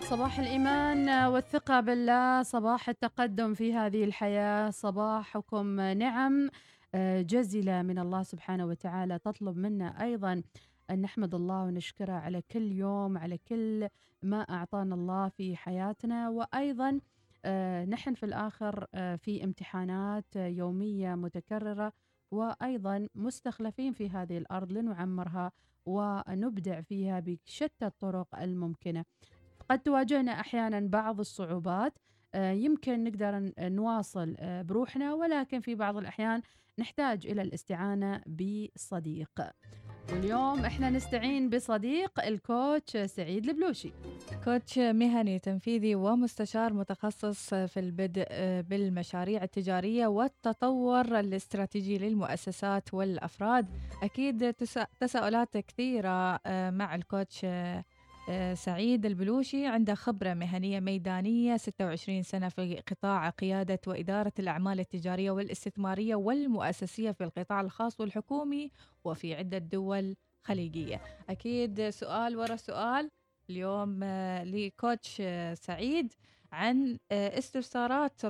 صباح الإيمان والثقة بالله، صباح التقدم في هذه الحياة، صباحكم نعم جزلة من الله سبحانه وتعالى. تطلب منا أيضا أن نحمد الله ونشكره على كل يوم، على كل ما أعطانا الله في حياتنا. وأيضا نحن في الآخر في امتحانات يومية متكررة، وأيضا مستخلفين في هذه الأرض لنعمرها ونبدع فيها بشتى الطرق الممكنة. قد تواجهنا أحيانا بعض الصعوبات، يمكن نقدر نواصل بروحنا، ولكن في بعض الأحيان نحتاج إلى الاستعانة بصديق. واليوم احنا نستعين بصديق الكوتش سعيد البلوشي. كوتش مهني تنفيذي ومستشار متخصص في البدء بالمشاريع التجارية والتطور الاستراتيجي للمؤسسات والأفراد. أكيد تساؤلات كثيرة مع الكوتش سعيد البلوشي. عنده خبرة مهنية ميدانية 26 سنة في قطاع قيادة وإدارة الأعمال التجارية والاستثمارية والمؤسسية في القطاع الخاص والحكومي وفي عدة دول خليجية. أكيد سؤال ورا سؤال اليوم لكوتش سعيد عن استفسارات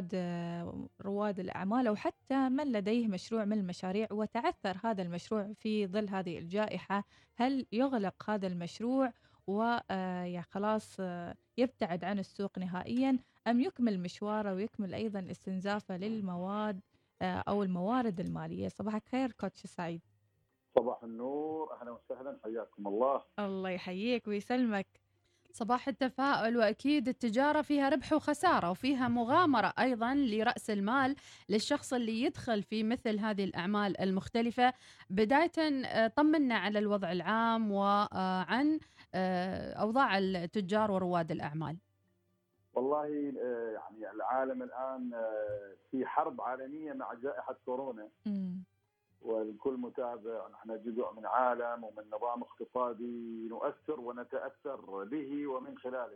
رواد الأعمال أو حتى من لديه مشروع من المشاريع وتعثر هذا المشروع في ظل هذه الجائحة. هل يغلق هذا المشروع ويا خلاص يبتعد عن السوق نهائيا، أم يكمل مشواره ويكمل أيضا استنزافه للمواد أو الموارد المالية؟ صباحك خير كوتش سعيد. صباح النور، اهلا وسهلا، حياكم الله. الله يحييك ويسلمك. صباح التفاؤل، وأكيد التجارة فيها ربح وخسارة، وفيها مغامرة أيضا لرأس المال للشخص اللي يدخل في مثل هذه الأعمال المختلفة. بداية طمنا على الوضع العام وعن أوضاع التجار ورواد الأعمال. والله يعني العالم الان في حرب عالميه مع جائحه كورونا، والكل متابع. نحن جزء من عالم ومن نظام اقتصادي نؤثر ونتاثر به ومن خلاله.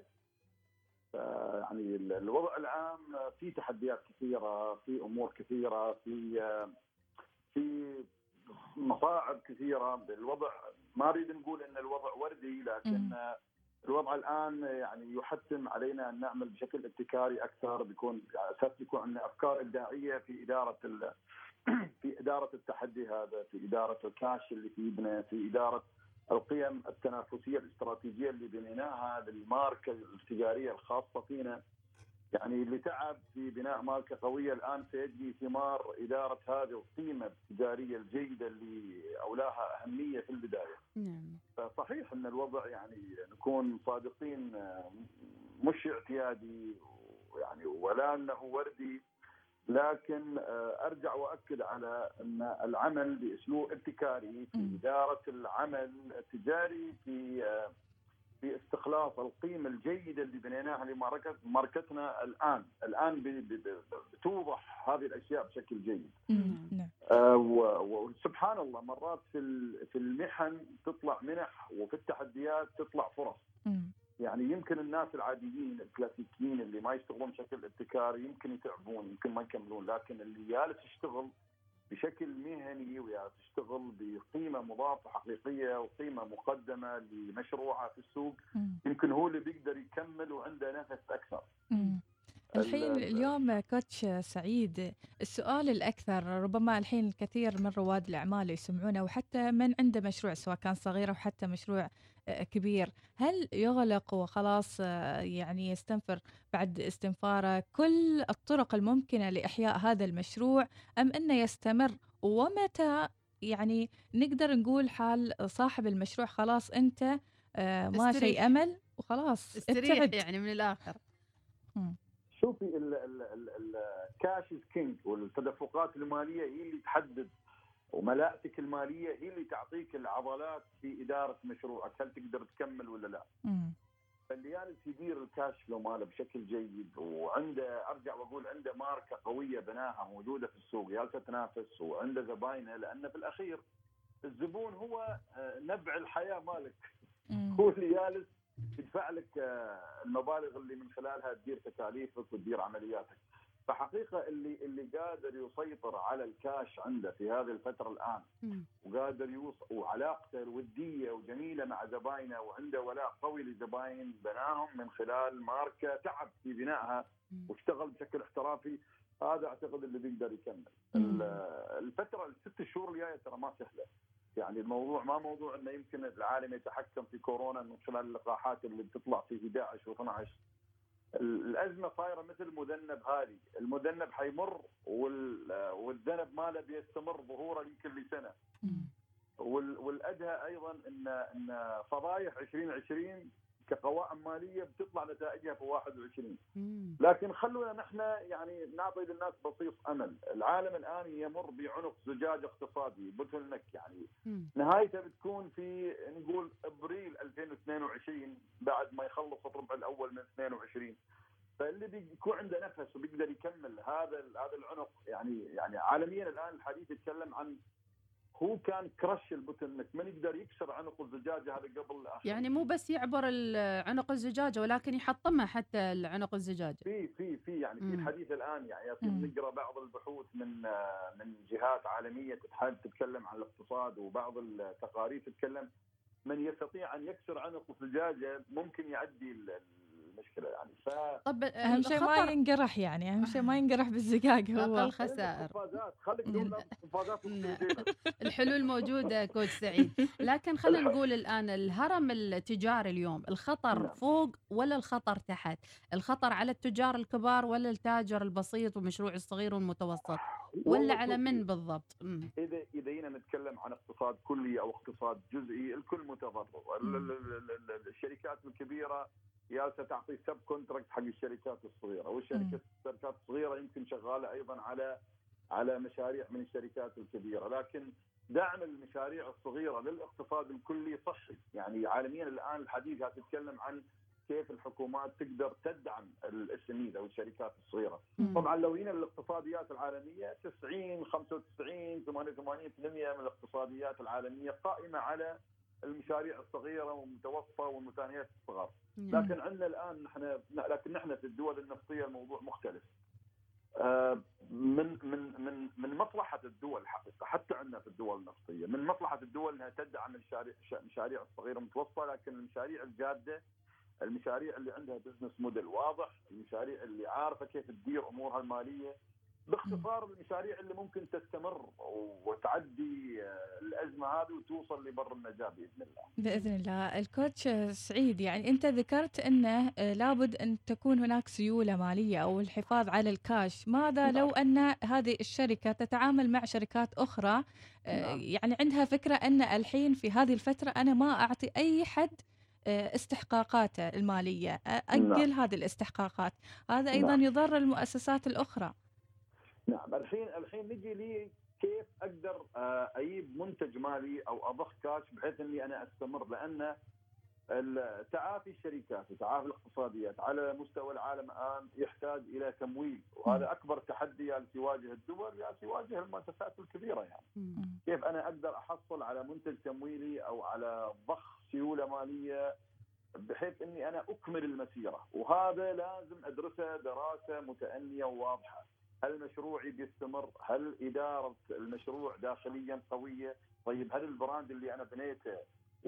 يعني الوضع العام في تحديات كثيره، في امور كثيره، في مصاعب كثيره بالوضع. ما اريد نقول ان الوضع وردي، لكن الوضع الان يعني يحتم علينا ان نعمل بشكل ابتكاري اكثر، بيكون على اساس يكون عندنا افكار ابداعيه في اداره في اداره التحدي هذا، في اداره الكاش اللي في ايدنا، في اداره القيم التنافسيه الاستراتيجيه اللي بنيناها للماركه التجاريه الخاصه فينا. يعني اللي تعب في بناء ماركه قويه الان سيجني ثمار اداره هذه القيمه التجاريه الجيده اللي اولاها اهميه في البدايه. نعم. فصحيح ان الوضع يعني نكون صادقين مش اعتيادي يعني ولا انه وردي، لكن ارجع واكد على ان العمل باسلوب ابتكاري في اداره العمل التجاري، في استخلاص القيمه الجيده اللي بنيناها لماركتنا الان بتوضح هذه الاشياء بشكل جيد. وسبحان الله مرات في المحن تطلع منح، وفي التحديات تطلع فرص. يعني يمكن الناس العاديين الكلاسيكيين اللي ما يشتغلون بشكل ابتكاري يمكن يتعبون، يمكن ما يكملون، لكن اللي جالس يشتغل بشكل مهني ويشتغل بقيمة مضافة حقيقية وقيمة مقدمة لمشروعه في السوق، يمكن هو اللي بيقدر يكمل وعنده نفس أكثر. الحين اليوم كوتش سعيد، السؤال الأكثر ربما الحين الكثير من رواد الأعمال يسمعونه وحتى من عنده مشروع سواء كان صغير أو حتى مشروع كبير، هل يغلق وخلاص يعني يستنفر بعد استنفاره كل الطرق الممكنة لإحياء هذا المشروع، أم أنه يستمر؟ ومتى يعني نقدر نقول حال صاحب المشروع خلاص أنت ما شيء أمل وخلاص استريح يعني من الآخر؟ شوفي الكاش از كينج، والتدفقات الماليه هي اللي تحدد، وملاءتك الماليه هي اللي تعطيك العضلات في اداره مشروعك، هل تقدر تكمل ولا لا. فاللي جالس يدير الكاش فلو ماله بشكل جيد، وعنده ارجع واقول عنده ماركه قويه بناها موجوده في السوق جالسه تنافس، وعنده زباينه، لان في الاخير الزبون هو نبع الحياه مالك. هو اللي جالس يدفع لك المبالغ اللي من خلالها تدير تكاليفك وتدير عملياتك. فحقيقه اللي قادر يسيطر على الكاش عنده في هذه الفتره الان وقادر يوصل وعلاقته الوديه وجميله مع زباينه وعنده ولاء قوي لزباين بناهم من خلال ماركه تعب في بنائها واشتغل بشكل احترافي، هذا اعتقد اللي بيقدر يكمل. الفتره الست شهور الجايه ترى ما سهله، يعني الموضوع ما موضوع انه يمكن العالم يتحكم في كورونا من خلال اللقاحات اللي بتطلع في 11 و12. الازمه صايره مثل مذنب هادي، المذنب حيمر والذنب ماله بيستمر ظهوره يمكن لسنه. والادهى ايضا ان فضايح 2020 كقوائم ماليه بتطلع نتائجها في 21. لكن خلونا نحن يعني نعطي للناس بصيص امل، العالم الان يمر بعنق زجاج اقتصادي بوتل نك، يعني نهايته بتكون في نقول ابريل 2022 بعد ما يخلص الربع الاول من 22. فاللي بيكون عنده نفس وبيقدر يكمل هذا العنق، يعني عالميا الان الحديث يتكلم عن هو كان كرش البوتل نك، من يقدر يكسر عنق الزجاجه هذا قبل الاخر. يعني مو بس يعبر عنق الزجاجه ولكن يحطمها حتى العنق الزجاجه. في يعني في الحديث الان يعني نقرا بعض البحوث من جهات عالميه تتكلم عن الاقتصاد، وبعض التقارير تتكلم من يستطيع ان يكسر عنق الزجاجه ممكن يعدي المشكله يعني. طب اهم شيء ما ينقرح، يعني اهم شيء ما ينقرح بالزقاق، هو اقل خسائر. خليك قفازات الحلول موجوده كوتش سعيد، لكن خلينا نقول الان الهرم التجاري اليوم الخطر فوق ولا الخطر تحت؟ الخطر على التجار الكبار ولا التاجر البسيط والمشروع الصغير والمتوسط، ولا على من بالضبط؟ اذا جينا نتكلم عن اقتصاد كلي او اقتصاد جزئي الكل متضرر. الشركات الكبيره جالسه تعطي سب كونتراكت حق الشركات الصغيره، والشركات الصغيره يمكن شغاله ايضا على مشاريع من الشركات الكبيره، لكن دعم المشاريع الصغيره للاقتصاد الكلي صحي. يعني عالميا الان الحديث يتكلم عن كيف الحكومات تقدر تدعم الاس او الشركات الصغيره. طبعا لو جينا للاقتصاديات العالميه 90 95 88% من الاقتصاديات العالميه قائمه على المشاريع الصغيره والمتوسطه والمتناهيه الصغار. لكن عندنا الان نحن في الدول النفطيه الموضوع مختلف. من مصلحه الدول حقيقه، حتى عندنا في الدول النفطيه من مصلحه الدول انها تدعم المشاريع الصغيره والمتوسطه، لكن المشاريع الجاده، المشاريع اللي عندها بزنس موديل واضح، المشاريع اللي عارفه كيف تدير امورها الماليه، باختصار المشاريع اللي ممكن تستمر وتعدي الازمه هذه وتوصل لبر النجاه باذن الله. باذن الله. الكوتش سعيد، يعني انت ذكرت انه لابد ان تكون هناك سيوله ماليه او الحفاظ على الكاش، ماذا لو ان هذه الشركه تتعامل مع شركات اخرى يعني عندها فكره ان الحين في هذه الفتره انا ما اعطي اي حد استحقاقاته الماليه، اجل هذه الاستحقاقات، هذا ايضا يضر المؤسسات الاخرى. نعم، الحين نجي لي كيف اقدر اجيب منتج مالي او اضخ كاش بحيث اني انا استمر، لان تعافي الشركات وتعافي الاقتصاديات على مستوى العالم الان يحتاج الى تمويل، وهذا اكبر تحدي يواجه الدول، يواجه المؤسسات الكبيره. يعني كيف انا اقدر احصل على منتج تمويلي او على ضخ سيوله ماليه بحيث اني انا اكمل المسيره، وهذا لازم ادرسه دراسه متأنية وواضحه. هل مشروعي بيستمر؟ هل اداره المشروع داخليا قويه؟ طيب هل البراند اللي انا بنيته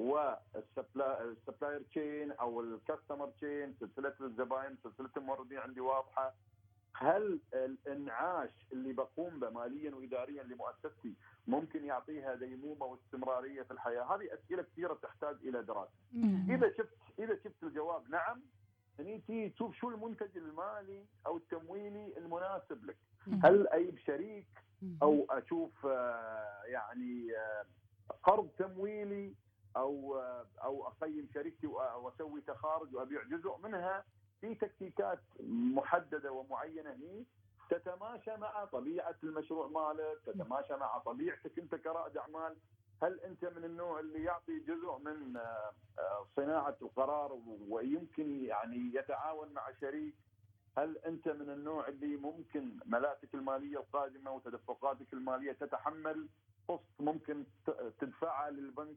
والسبلاير تشين او الكاستمر تشين، سلسله الزباين، سلسله الموردين عندي واضحه؟ هل الانعاش اللي بقوم به ماليا واداريا لمؤسستي ممكن يعطيها ديمومه واستمراريه في الحياه؟ هذه اسئله كثيره تحتاج الى دراسه. اذا شفت الجواب نعم، هني تيجي تشوف شو المنتج المالي او التمويلي المناسب لك. هل اجيب شريك او اشوف يعني قرض تمويلي او اقيم شركتي واسوي تخارج وابيع جزء منها؟ في تكتيكات محدده ومعينه هي تتماشى مع طبيعه المشروع مالك، تتماشى مع طبيعتك انت كرائد اعمال. هل انت من النوع اللي يعطي جزء من صناعه القرار ويمكن يعني يتعاون مع شريك؟ هل انت من النوع اللي ممكن ملاتك الماليه القادمه وتدفقاتك الماليه تتحمل قسط ممكن تدفعها للبنك؟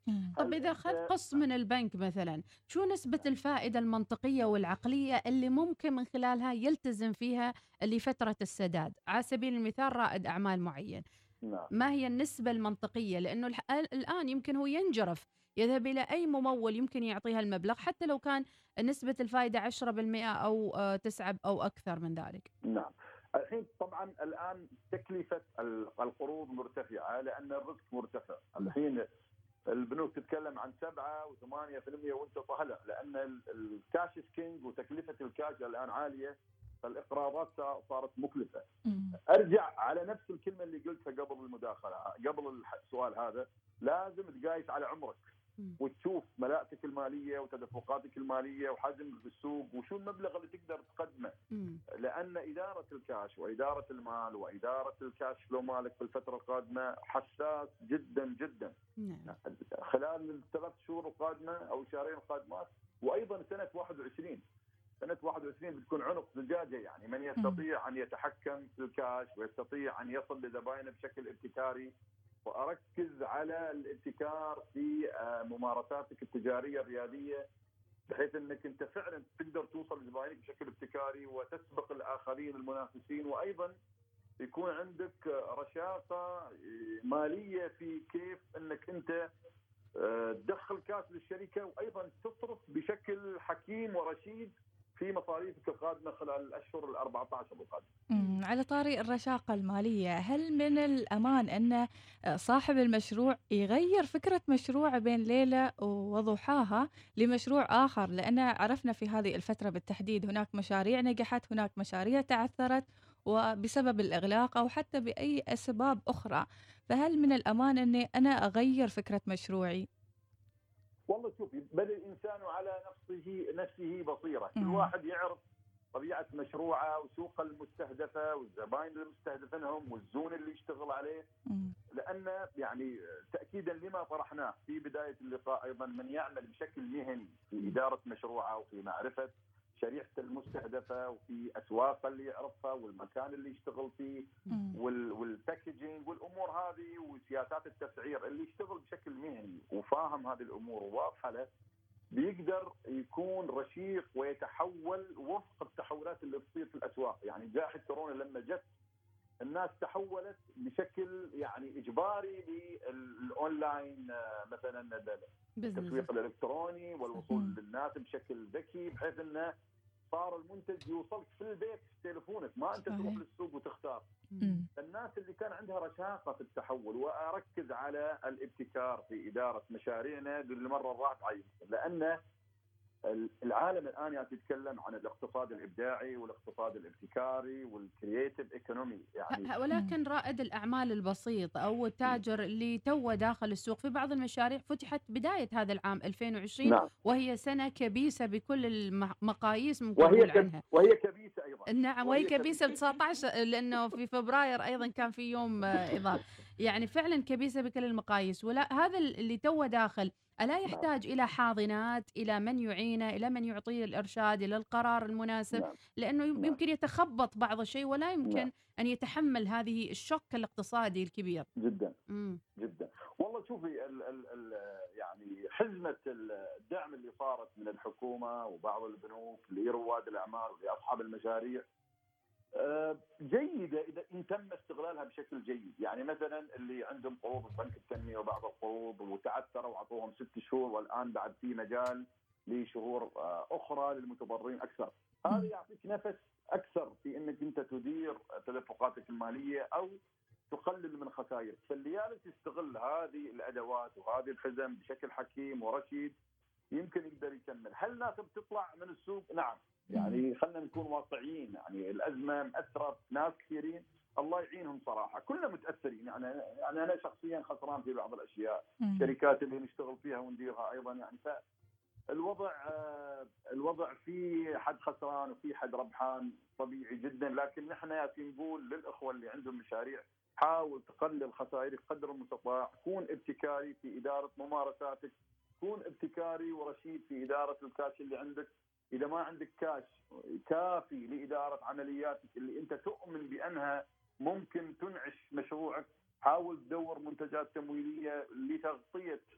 طب إذا أخذ قسط من البنك مثلا، شو نسبة الفائدة المنطقية والعقلية اللي ممكن من خلالها يلتزم فيها لفترة السداد؟ على سبيل المثال رائد أعمال معين، نعم. ما هي النسبة المنطقية؟ لأنه الآن يمكن هو ينجرف يذهب إلى أي ممول يمكن يعطيها المبلغ حتى لو كان نسبة الفائدة 10% أو 9 أو أكثر من ذلك. نعم. الحين طبعا الآن تكلفة القروض مرتفعة لأن الريسك مرتفع. الحين البنوك تتكلم عن 7 و8% وانت طالع، لأن الكاش سكينج وتكلفة الكاش الآن عالية، فالإقراضات صارت مكلفة. أرجع على نفس الكلمة اللي قلتها قبل المداخلة، قبل السؤال هذا، لازم تقايس على عمرك وتشوف ملاءتك الماليه وتدفقاتك الماليه وحجم السوق وشو المبلغ اللي تقدر تقدمه. لان اداره الكاش واداره المال واداره الكاش فلو مالك في الفتره القادمه حساس جدا جدا. خلال ال3 شهور القادمه او الشهرين القادمات، وايضا سنه 21 بتكون عنق زجاجه، يعني من يستطيع ان يتحكم في الكاش ويستطيع ان يصل لزباينه بشكل ابتكاري. وأركز على الابتكار في ممارساتك التجارية الريادية، بحيث أنك أنت فعلا تقدر توصل لزبائنك بشكل ابتكاري وتسبق الآخرين المنافسين، وأيضا يكون عندك رشاقة مالية في كيف أنك أنت تدخل كاش للشركة، وأيضا تصرف بشكل حكيم ورشيد في مصاريفك القادمة خلال الأشهر 14 القادمة. على طاري الرشاقة المالية، هل من الأمان أن صاحب المشروع يغير فكرة مشروع بين ليلة وضحاها لمشروع آخر؟ لأن عرفنا في هذه الفترة بالتحديد هناك مشاريع نجحت، هناك مشاريع تعثرت وبسبب الإغلاق أو حتى بأي أسباب أخرى، فهل من الأمان أني أنا أغير فكرة مشروعي؟ والله شوفي، بل الإنسان على نفسه بصيرة. كل واحد يعرف طبيعة مشروعه وسوق المستهدفة والزباين اللي مستهدفينهم والزون اللي يشتغل عليه. لأن يعني تأكيدا لما طرحناه في بداية اللقاء أيضا، من يعمل بشكل مهني في إدارة مشروعه وفي معرفة شريحة المستهدفة وفي أسواق اللي يعرفها والمكان اللي يشتغل فيه والباكجينج والأمور هذه وسياسات التسعير، اللي يشتغل بشكل مهني وفاهم هذه الأمور وواضحة له، بيقدر يكون رشيق ويتحول وفق التحولات اللي تصير في الأسواق. يعني جائحة كورونا لما جت، الناس تحولت بشكل يعني إجباري للأونلاين، مثلا التسويق الإلكتروني والوصول للناس بشكل ذكي، بحيث أنه صار المنتج يوصلك في البيت في تليفونك، ما أنت تروح للسوق وتختار. الناس اللي كان عندها رشاقة في التحول، وأركز على الابتكار في إدارة مشاريعنا للمرة الرابعة، لأن العالم الآن يعني يتكلم عن الاقتصاد الإبداعي والاقتصاد الابتكاري والكرياتيف ايكونومي يعني. ولكن رائد الأعمال البسيط أو التاجر اللي توه داخل السوق، في بعض المشاريع فتحت بداية هذا العام 2020. نعم. وهي سنة كبيسة بكل المقاييس ممكن نقول عنها، وهي كبيسة أيضا. نعم، وهي كبيسة ب 19 لأنه في فبراير أيضا كان في يوم إضافي، يعني فعلا كبيسة بكل المقاييس. ولا هذا اللي توه داخل ألا يحتاج إلى حاضنات، إلى من يعينه، إلى من يعطيه الإرشاد، إلى القرار المناسب؟ لأنه يمكن يتخبط بعض الشيء ولا يمكن أن يتحمل هذه الشوك الاقتصادي الكبير جدا. جدا. والله شوفي يعني حزمة الدعم اللي صارت من الحكومة وبعض البنوك لرواد الأعمال ولأصحاب المشاريع جيدة إذا إن تم استغلالها بشكل جيد. يعني مثلا اللي عندهم قروض بنك التنمية وبعض القروض وتعثروا وعطوهم 6 شهور، والآن بعد في مجال لشهور أخرى للمتضررين أكثر، هذا يعطيك نفس أكثر في أنك أنت تدير تدفقاتك المالية أو تقلل من خسائرك. فاللي تستغل هذه الأدوات وهذه الحزم بشكل حكيم ورشيد يمكن يقدر يكمل. هل ناس بتطلع من السوق؟ نعم. يعني خلينا نكون واقعيين، يعني الأزمة مأثرة ناس كثيرين، الله يعينهم صراحة، كلنا متأثرين. يعني أنا شخصيا خسران في بعض الأشياء، شركات اللي نشتغل فيها ونديرها أيضا، يعني الوضع في حد خسران وفي حد ربحان طبيعي جدا. لكن نحن نقول للأخوة اللي عندهم مشاريع، حاول تقلل خسائرك قدر المستطاع، كون ابتكاري في إدارة ممارساتك، كون ابتكاري ورشيد في إدارة الكاش اللي عندك. إذا ما عندك كاش كافي لإدارة عملياتك اللي أنت تؤمن بأنها ممكن تنعش مشروعك، حاول تدور منتجات تمويلية لتغطية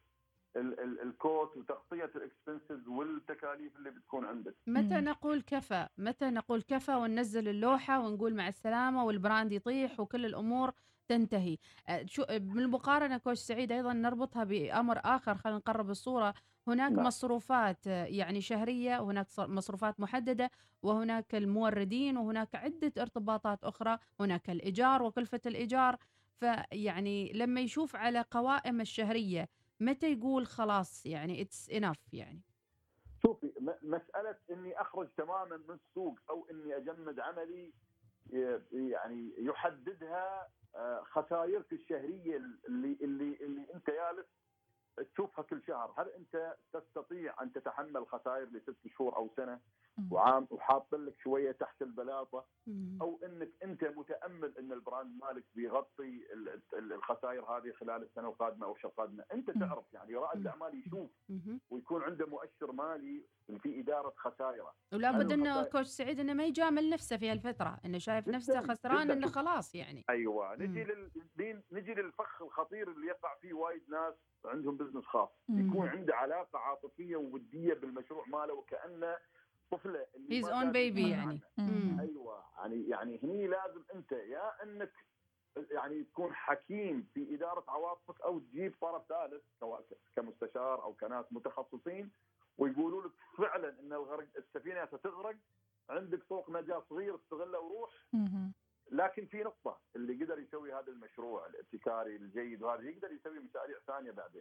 الكوست وتغطيه الاكسبنسز والتكاليف اللي بتكون عندك. متى نقول كفى؟ متى نقول كفى وننزل اللوحة ونقول مع السلامة والبراند يطيح وكل الأمور تنتهي؟ شو بالمقارنة كوش سعيد أيضا نربطها بأمر آخر، خلينا نقرب الصورة. هناك نعم. مصروفات يعني شهرية، وهناك مصروفات محددة، وهناك الموردين، وهناك عدة ارتباطات أخرى، هناك الإيجار وكلفة الإيجار. فيعني لما يشوف على قوائم الشهرية متى يقول خلاص يعني it's enough يعني؟ شوفي، مساله اني اخرج تماما من السوق او اني اجمد عملي يعني يحددها خسائرك الشهريه اللي انت جالس تشوفها كل شهر. هل انت تستطيع ان تتحمل خسائر ل6 شهور او سنه وعام وحاط لك شويه تحت البلاطه، او انك انت متامل ان البراند مالك بيغطي الخسائر هذه خلال السنه القادمه او الشهر القادمه؟ انت تعرف يعني رائد الاعمال يشوف ويكون عنده مؤشر مالي في اداره خسائره. ولا بد انه كوتش سعيد انه ما يجامل نفسه في هالفتره، انه شايف نفسه خسران، انه خلاص يعني. ايوه، نجي للفخ الخطير اللي يقع فيه وايد ناس عندهم بزنس خاص، يكون عنده علاقه عاطفيه ووديه بالمشروع ماله وكانه طفله هيز اون بيبي يعني. ايوه، يعني هني لازم انت يا انك يعني تكون حكيم في اداره عواطفك، او تجيب طرف ثالث سواء كمستشار او كناس متخصصين ويقولوا لك فعلا ان السفينه ستغرق، عندك طوق نجاه صغير استغله وروح. لكن في نقطه، اللي قدر يسوي هذا المشروع الابتكاري الجيد وهذا يقدر يسوي مشاريع ثانيه بعدين.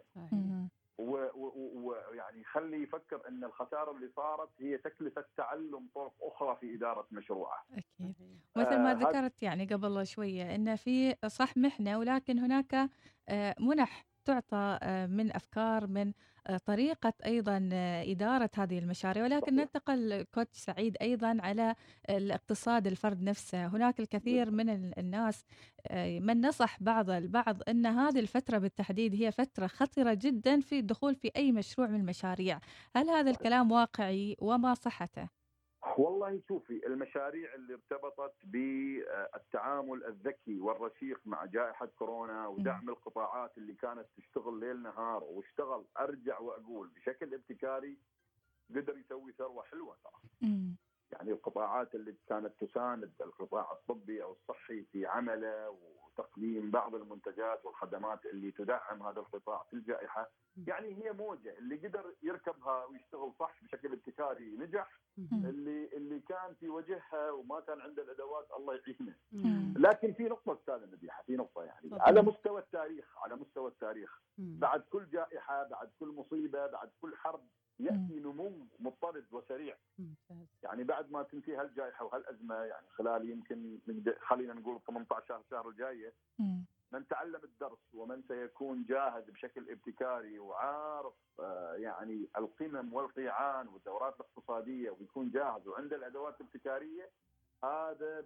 ويعني خلي يفكر ان الخساره اللي صارت هي تكلفه تعلم طرق اخرى في اداره مشروعه. اكيد. مثل ما ذكرت يعني قبل شويه ان في صح محنه، ولكن هناك منح تعطى من افكار، من طريقه ايضا اداره هذه المشاريع. ولكن ننتقل كوتش سعيد ايضا على الاقتصاد الفرد نفسه. هناك الكثير من الناس من نصح بعض البعض ان هذه الفتره بالتحديد هي فتره خطره جدا في الدخول في اي مشروع من المشاريع. هل هذا الكلام واقعي وما صحته؟ والله شوفي، المشاريع اللي ارتبطت بالتعامل الذكي والرشيق مع جائحة كورونا ودعم القطاعات اللي كانت تشتغل ليل نهار واشتغل، أرجع وأقول بشكل ابتكاري، قدر يسوي ثروة حلوة صراحة. يعني القطاعات اللي كانت تساند القطاع الطبي أو الصحي في عمله وتقديم بعض المنتجات والخدمات اللي تدعم هذا القطاع في الجائحة، يعني هي موجة. اللي قدر يركبها ويشتغل صح بشكل ابتكاري نجح، اللي كان في وجهها وما كان عنده الأدوات الله يعينه. لكن في نقطة أستاذة مديحة، في نقطة يعني على مستوى التاريخ، بعد كل جائحة، بعد كل مصيبة، بعد كل حرب يأتي نمو مضطرد وسريع. يعني بعد ما تنتهي هالجائحة وهالأزمة، يعني خلال يمكن خلينا نقول 18 شهر الجاية، من تعلم الدرس ومن سيكون جاهز بشكل ابتكاري وعارف يعني القمم والقيعان والدورات الاقتصادية ويكون جاهز وعنده الأدوات الابتكارية، هذا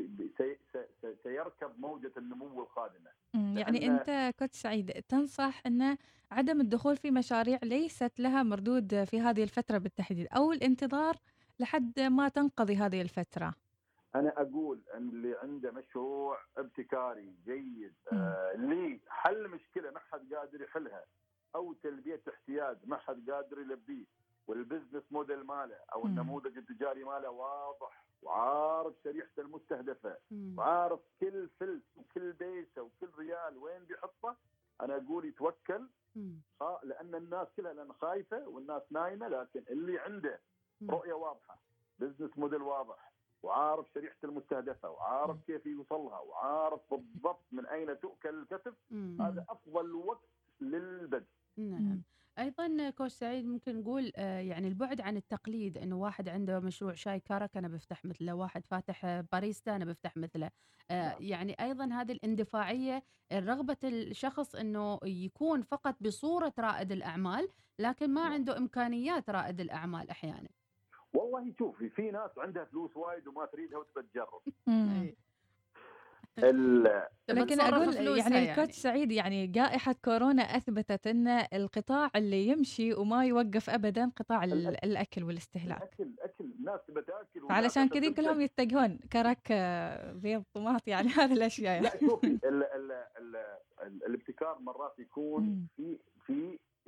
سيركب موجة النمو القادمة. يعني أنت كنت سعيد تنصح أن عدم الدخول في مشاريع ليست لها مردود في هذه الفترة بالتحديد، أو الانتظار لحد ما تنقضي هذه الفترة؟ أنا أقول أن اللي عنده مشروع ابتكاري جيد ليه حل مشكلة ما حد قادر يحلها، أو تلبية احتياج ما حد قادر يلبيه، والبزنس موديل ماله أو النموذج التجاري ماله واضح وعارف شريحته المستهدفة وعارف كل فلس وكل بيسة وكل ريال وين بيحطه، أنا أقول يتوكل. لأن الناس كلها لأن خايفة والناس نايمة، لكن اللي عنده رؤية واضحة، بزنس موديل واضح، وعارف شريحته المستهدفة وعارف كيف يوصلها وعارف بالضبط من أين تؤكل الكتف، هذا أفضل وقت للبدء. نعم. أيضا كوش سعيد ممكن نقول يعني البعد عن التقليد، إنه واحد عنده مشروع شاي كرك أنا بفتح مثله، واحد فاتح باريستا أنا بفتح مثله. يعني أيضا هذه الاندفاعية، رغبة الشخص إنه يكون فقط بصورة رائد الأعمال، لكن ما عنده إمكانيات رائد الأعمال أحيانا. والله شوفي، في ناس عندها فلوس وايد وما تريدها وتبى تجرب. لكن أقول يعني الكوتش سعيد، يعني جائحة كورونا أثبتت أن القطاع اللي يمشي وما يوقف أبدا قطاع الأكل والاستهلاك. الأكل الناس بتاكل، علشان كذي كلهم يتجهون كرك بيض طماط، يعني هذه الأشياء. لا شوفي، الابتكار مرات يكون في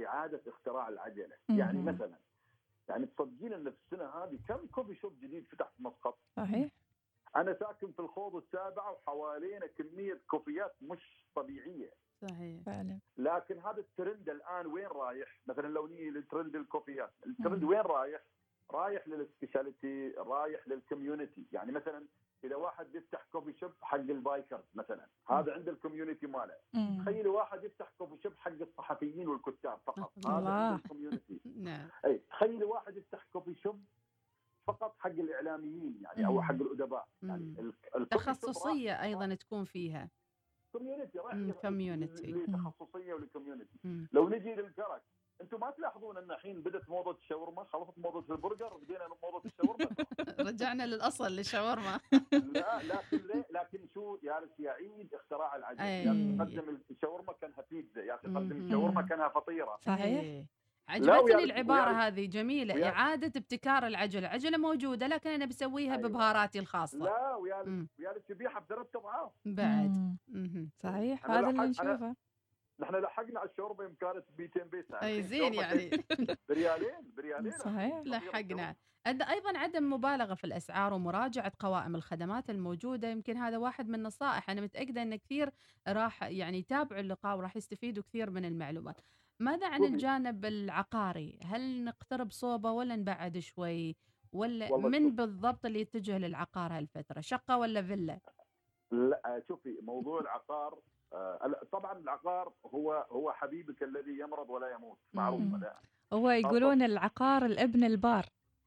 اعاده اختراع العجله. يعني مثلا يعني تصدقين ان في السنه هذه كم كوفي شوب جديد فتح في مسقط؟ صحيح. انا ساكن في الخوض السابعه وحوالينا كميه كوفيات مش طبيعيه. صحيح فعلا. لكن هذا الترند الان وين رايح؟ مثلا لو نيجي للترند الكوفيات، الترند وين رايح؟ رايح للسبيشاليتي، رايح للكوميونتي. يعني مثلا اذا واحد بيفتح كوفي شوب حق البايكرز مثلا، هذا عند الكوميونتي ماله. تخيل واحد يفتح كوفي شوب حق الصحفيين والكتاب فقط، هذا عند الكوميونتي. نعم. اي تخيل واحد يفتح كوفي شوب فقط حق الاعلاميين يعني او حق الادباء. يعني تخصصيه ايضا تكون فيها كوميونتي، رايح كوميونتي لتخصصيه ولكوميونتي. لو نجي للكرك، انتم ما تلاحظون ان الحين بدت موضه الشاورما، خلصت موضه البرجر، بدينا موضه الشاورما. رجعنا للاصل للشاورما. لا لكن شو يعرف يعيد اختراع العجل. يعني تقدم الشاورما كانها بيتزا، يعني تقدم الشاورما كانها فطيره. صحيح. عجبتني العبارة هذه جميلة، إعادة ابتكار العجلة. العجلة موجودة لكن أنا بسويها ببهاراتي الخاصة. لا ويا تبيعها ب3 أضعاف بعد. صحيح، هذا اللي نشوفه. نحن لحقنا على الشوربه يوم كانت 200 بيسة. اي زين يعني بريالين صحيح لحقنا. ايضا عدم مبالغه في الاسعار ومراجعه قوائم الخدمات الموجوده. يمكن هذا واحد من النصائح، انا متاكده ان كثير راح يعني يتابعوا اللقاء وراح يستفيدوا كثير من المعلومات. ماذا عن الجانب العقاري؟ هل نقترب صوبه ولا نبعد شوي؟ ولا من بالضبط اللي يتجه للعقار هالفتره، شقه ولا فيلا؟ لا شوفي، موضوع العقار طبعا العقار هو حبيبك الذي يمرض ولا يموت، معروف. هو يقولون العقار الابن البار.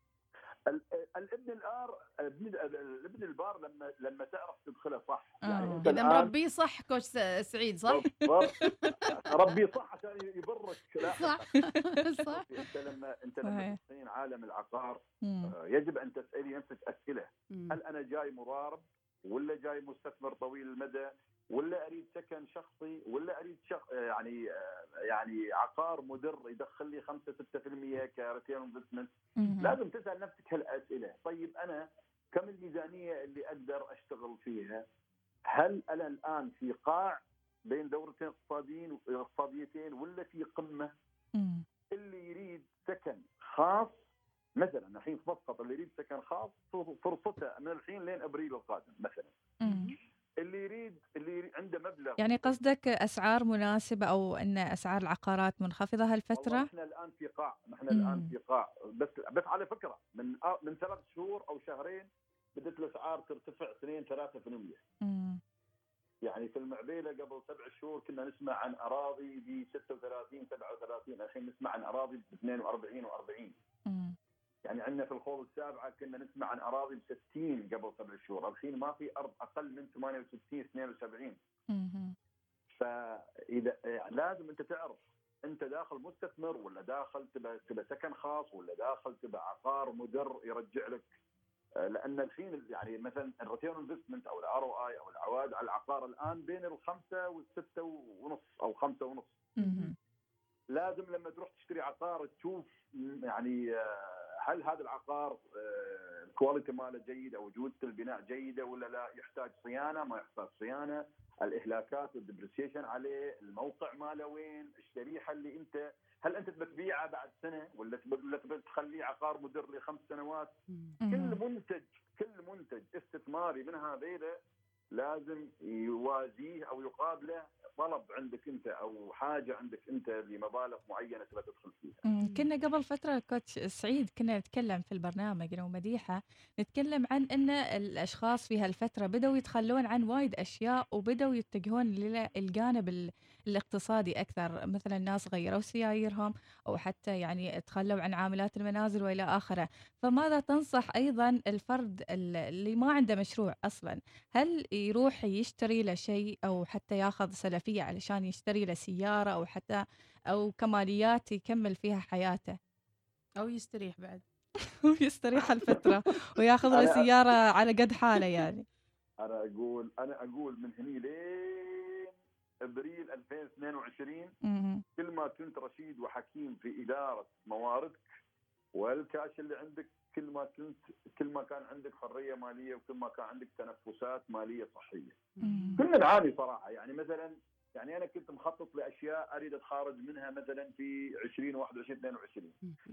الابن البار لما تعرف تدخله صح. يعني اذا مربيه صح كوش سعيد، صح؟ ربيه صح عشان يبرك. لا صح صح. انت لما تدخلين عالم العقار يجب ان تسالي نفسك اسئله. هل انا جاي مضارب، ولا جاي مستثمر طويل المدى، ولا اريد سكن شخصي، ولا اريد يعني عقار مدر يدخل لي 5-6% كريتيرن انفستمنت. لازم تسال نفسك هالاسئله. طيب انا كم الميزانيه اللي اقدر اشتغل فيها؟ هل انا الان في قاع بين دورتين اقتصاديتين ولا في قمه؟ اللي يريد سكن خاص مثلا الحين في مسقط، اللي يريد سكن خاص فرصته من الحين لين ابريل القادم مثلا. اللي يريد عنده مبلغ. يعني قصدك اسعار مناسبه او ان اسعار العقارات منخفضه هالفتره؟ نحن الان في قاع، الان في قاع. بس على فكره من 3 شهور او شهرين بدات الاسعار ترتفع 2-3%. يعني في المعبيله قبل 7 شهور كنا نسمع عن اراضي ب 36-37، الحين نسمع عن اراضي ب 42 و40. يعني عندنا في الخوض السابعه كنا نسمع عن اراضي ب 60 قبل 7 شهور، الحين ما في ارض اقل من 68-72. فاذا لازم انت تعرف انت داخل مستثمر ولا داخل تبى سكن خاص ولا داخل تبى عقار مدر يرجع لك. لان الحين يعني مثلا الريتيرن انفستمنت او الار او اي او العوائد على العقار الان بين 5 و6 ونص او 5 ونص. لازم لما تروح تشتري عقار تشوف يعني هل هذا العقار الكواليتي ماله جيد او جوده البناء جيده ولا لا، يحتاج صيانه ما يحتاج صيانه، الاهلاكات والديبريسيشن عليه، الموقع ماله وين، الشريحه اللي انت هل انت بتبيعه بعد سنه ولا تبي تخليه عقار مدر ل5 سنوات. كل منتج استثماري من هذيله لازم يوازيه او يقابله طلب عندك انت او حاجه عندك انت بمبالغ معينه تبغى تدخل فيها. كنا قبل فتره كوتش سعيد كنا نتكلم في البرنامج انا ومديحه، نتكلم عن ان الاشخاص في هالفتره بدأوا يتخلون عن وايد اشياء وبدأوا يتجهون للجانب الاقتصادي اكثر. مثلا الناس غيروا سياييرهم او حتى يعني تخلوا عن عاملات المنازل والى اخره. فماذا تنصح ايضا الفرد اللي ما عنده مشروع اصلا؟ هل يروح يشتري له شيء او حتى ياخذ سلفيه علشان يشتري له سياره او حتى او كماليات يكمل فيها حياته، او يستريح بعد ويستريح الفتره وياخذ له سياره على قد حاله؟ يعني انا اقول من هني لين ابريل 2022 كل ما كنت رشيد وحكيم في اداره مواردك والكاش اللي عندك، كل ما كان عندك حريه ماليه وكل ما كان عندك تنفسات ماليه صحيه. كنا نعاني صراحه. يعني مثلا يعني انا كنت مخطط لاشياء اريد اتخارج منها مثلا في 2021 22.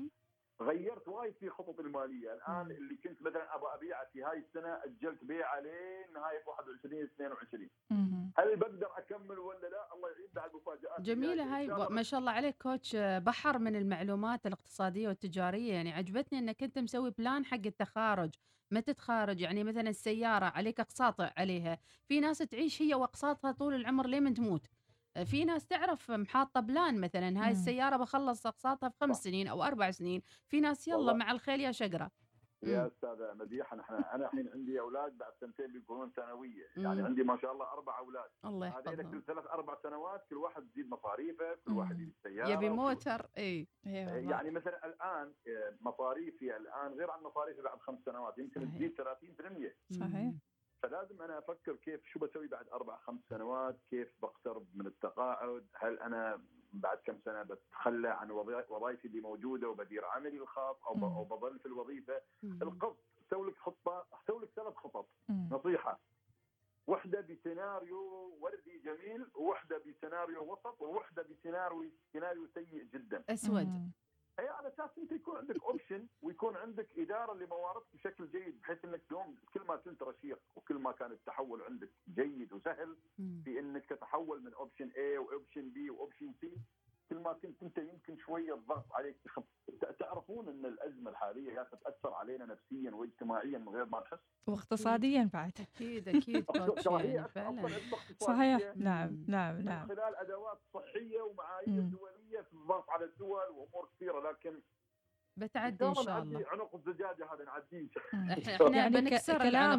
غيرت وايد في خطط الماليه. الان اللي كنت مثلا ابغى ابيعه في هاي السنه اجلت بيعه لين نهايه 21 22. هل بقدر اكمل ولا لا؟ الله يعين بعد مفاجات جميله هاي ما شاء الله عليك كوتش، بحر من المعلومات الاقتصاديه والتجاريه. يعني عجبتني انك انت مسوي بلان حق التخارج. ما تتخارج يعني مثلا السياره عليك اقساط عليها، في ناس تعيش هي واقساطها طول العمر لين تموت. في ناس تعرف محاطه بلان مثلا هاي السياره بخلص اقساطها في 5 سنين او 4 سنين، في ناس يلا مع الخيل يا شقره. يا استاذه مديحه، انا الحين عندي اولاد بعد سنتين بيكونون ثانويه، يعني عندي ما شاء الله 4 اولاد. الله يحفظهم. هذول كل 3-4 سنوات كل واحد يزيد مصاريفه، كل واحد يجيب سياره، يبي موتر. يعني مثلا الان مصاريفي الان غير عن مصاريفي بعد 5 سنوات، يمكن تزيد 30%. صحيح. فلازم انا افكر كيف شو بسوي بعد 4-5 سنوات، كيف بقترب من التقاعد، هل انا بعد كم سنه بتخلى عن وظائفي اللي موجوده وبدير عملي الخاص او بظل في الوظيفه. القصد سوي لك خطه، سوي لك 3 خطط. نصيحه، وحده بسيناريو وردي جميل، ووحده بسيناريو وسط، ووحده بسيناريو سيء جدا اسود. هي على اساس انت يكون عندك اوبشن ويكون عندك اداره لمواردك بشكل جيد، بحيث انك دوم كل ما كنت رشيق وكل ما كان التحول عندك جيد وسهل في انك تتحول من اوبشن A واوبشن B واوبشن C، كل ما كنت انت يمكن شويه الضغط عليك تعرفون ان الازمه الحاليه قاعده تاثر علينا نفسيا واجتماعيا من غير ما نحس، واقتصاديا بعد. اكيد كوتش يعني فعلا صحيح. نعم من خلال ادوات صحيه ومعايير دوليه في الضغط على الدول وامور كثيره، لكن بتعدي ان شاء الله. عنق الزجاجه هذا نعديه. احنا يعني بنكسر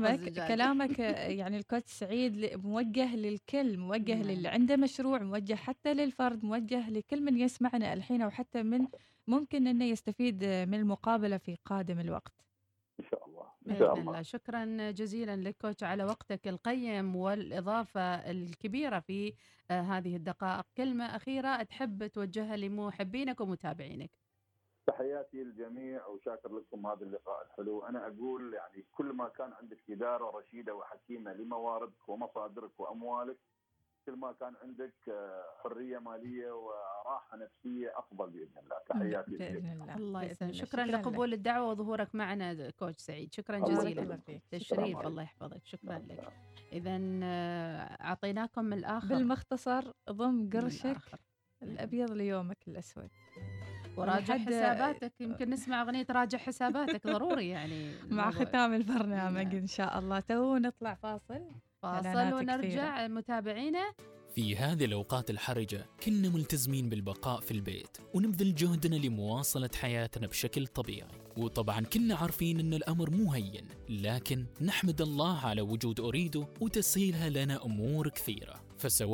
كلامك يعني الكوتش سعيد موجه للكل، موجه للي عنده مشروع، موجه حتى للفرد، موجه لكل من يسمعنا الحين، وحتى من ممكن انه يستفيد من المقابله في قادم الوقت. ان شاء الله. بإذن الله. شكرا جزيلا لك كوتش على وقتك القيم والإضافة الكبيرة في هذه الدقائق. كلمة أخيرة تحب توجهها لمحبينك ومتابعينك؟ تحياتي للجميع وشاكر لكم هذا اللقاء الحلو. أنا أقول يعني كل ما كان عندك إدارة رشيدة وحكيمة لمواردك ومصادرك وأموالك، كل ما كان عندك حرية مالية وراحة نفسية أفضل بإذن الله. تحياتي بإذن الله. الله يسلمك. شكرا لقبول الدعوة وظهورك معنا كوتش سعيد. شكرا جزيلا. تشريف. الله يحفظك. شكرا لك. إذا أعطيناكم الآخر بالمختصر، ضم قرشك الأبيض ليومك الأسود، وراجع حساباتك. يمكن نسمع أغنية راجع حساباتك ضروري يعني مع ختام البرنامج إن شاء الله. تو نطلع فاصل ونرجع متابعينا. في هذه الأوقات الحرجة كنا ملتزمين بالبقاء في البيت ونبذل جهدنا لمواصلة حياتنا بشكل طبيعي، وطبعا كنا عارفين أن الأمر مو هين، لكن نحمد الله على وجود أريدو وتسهيلها لنا أمور كثيرة. فسواء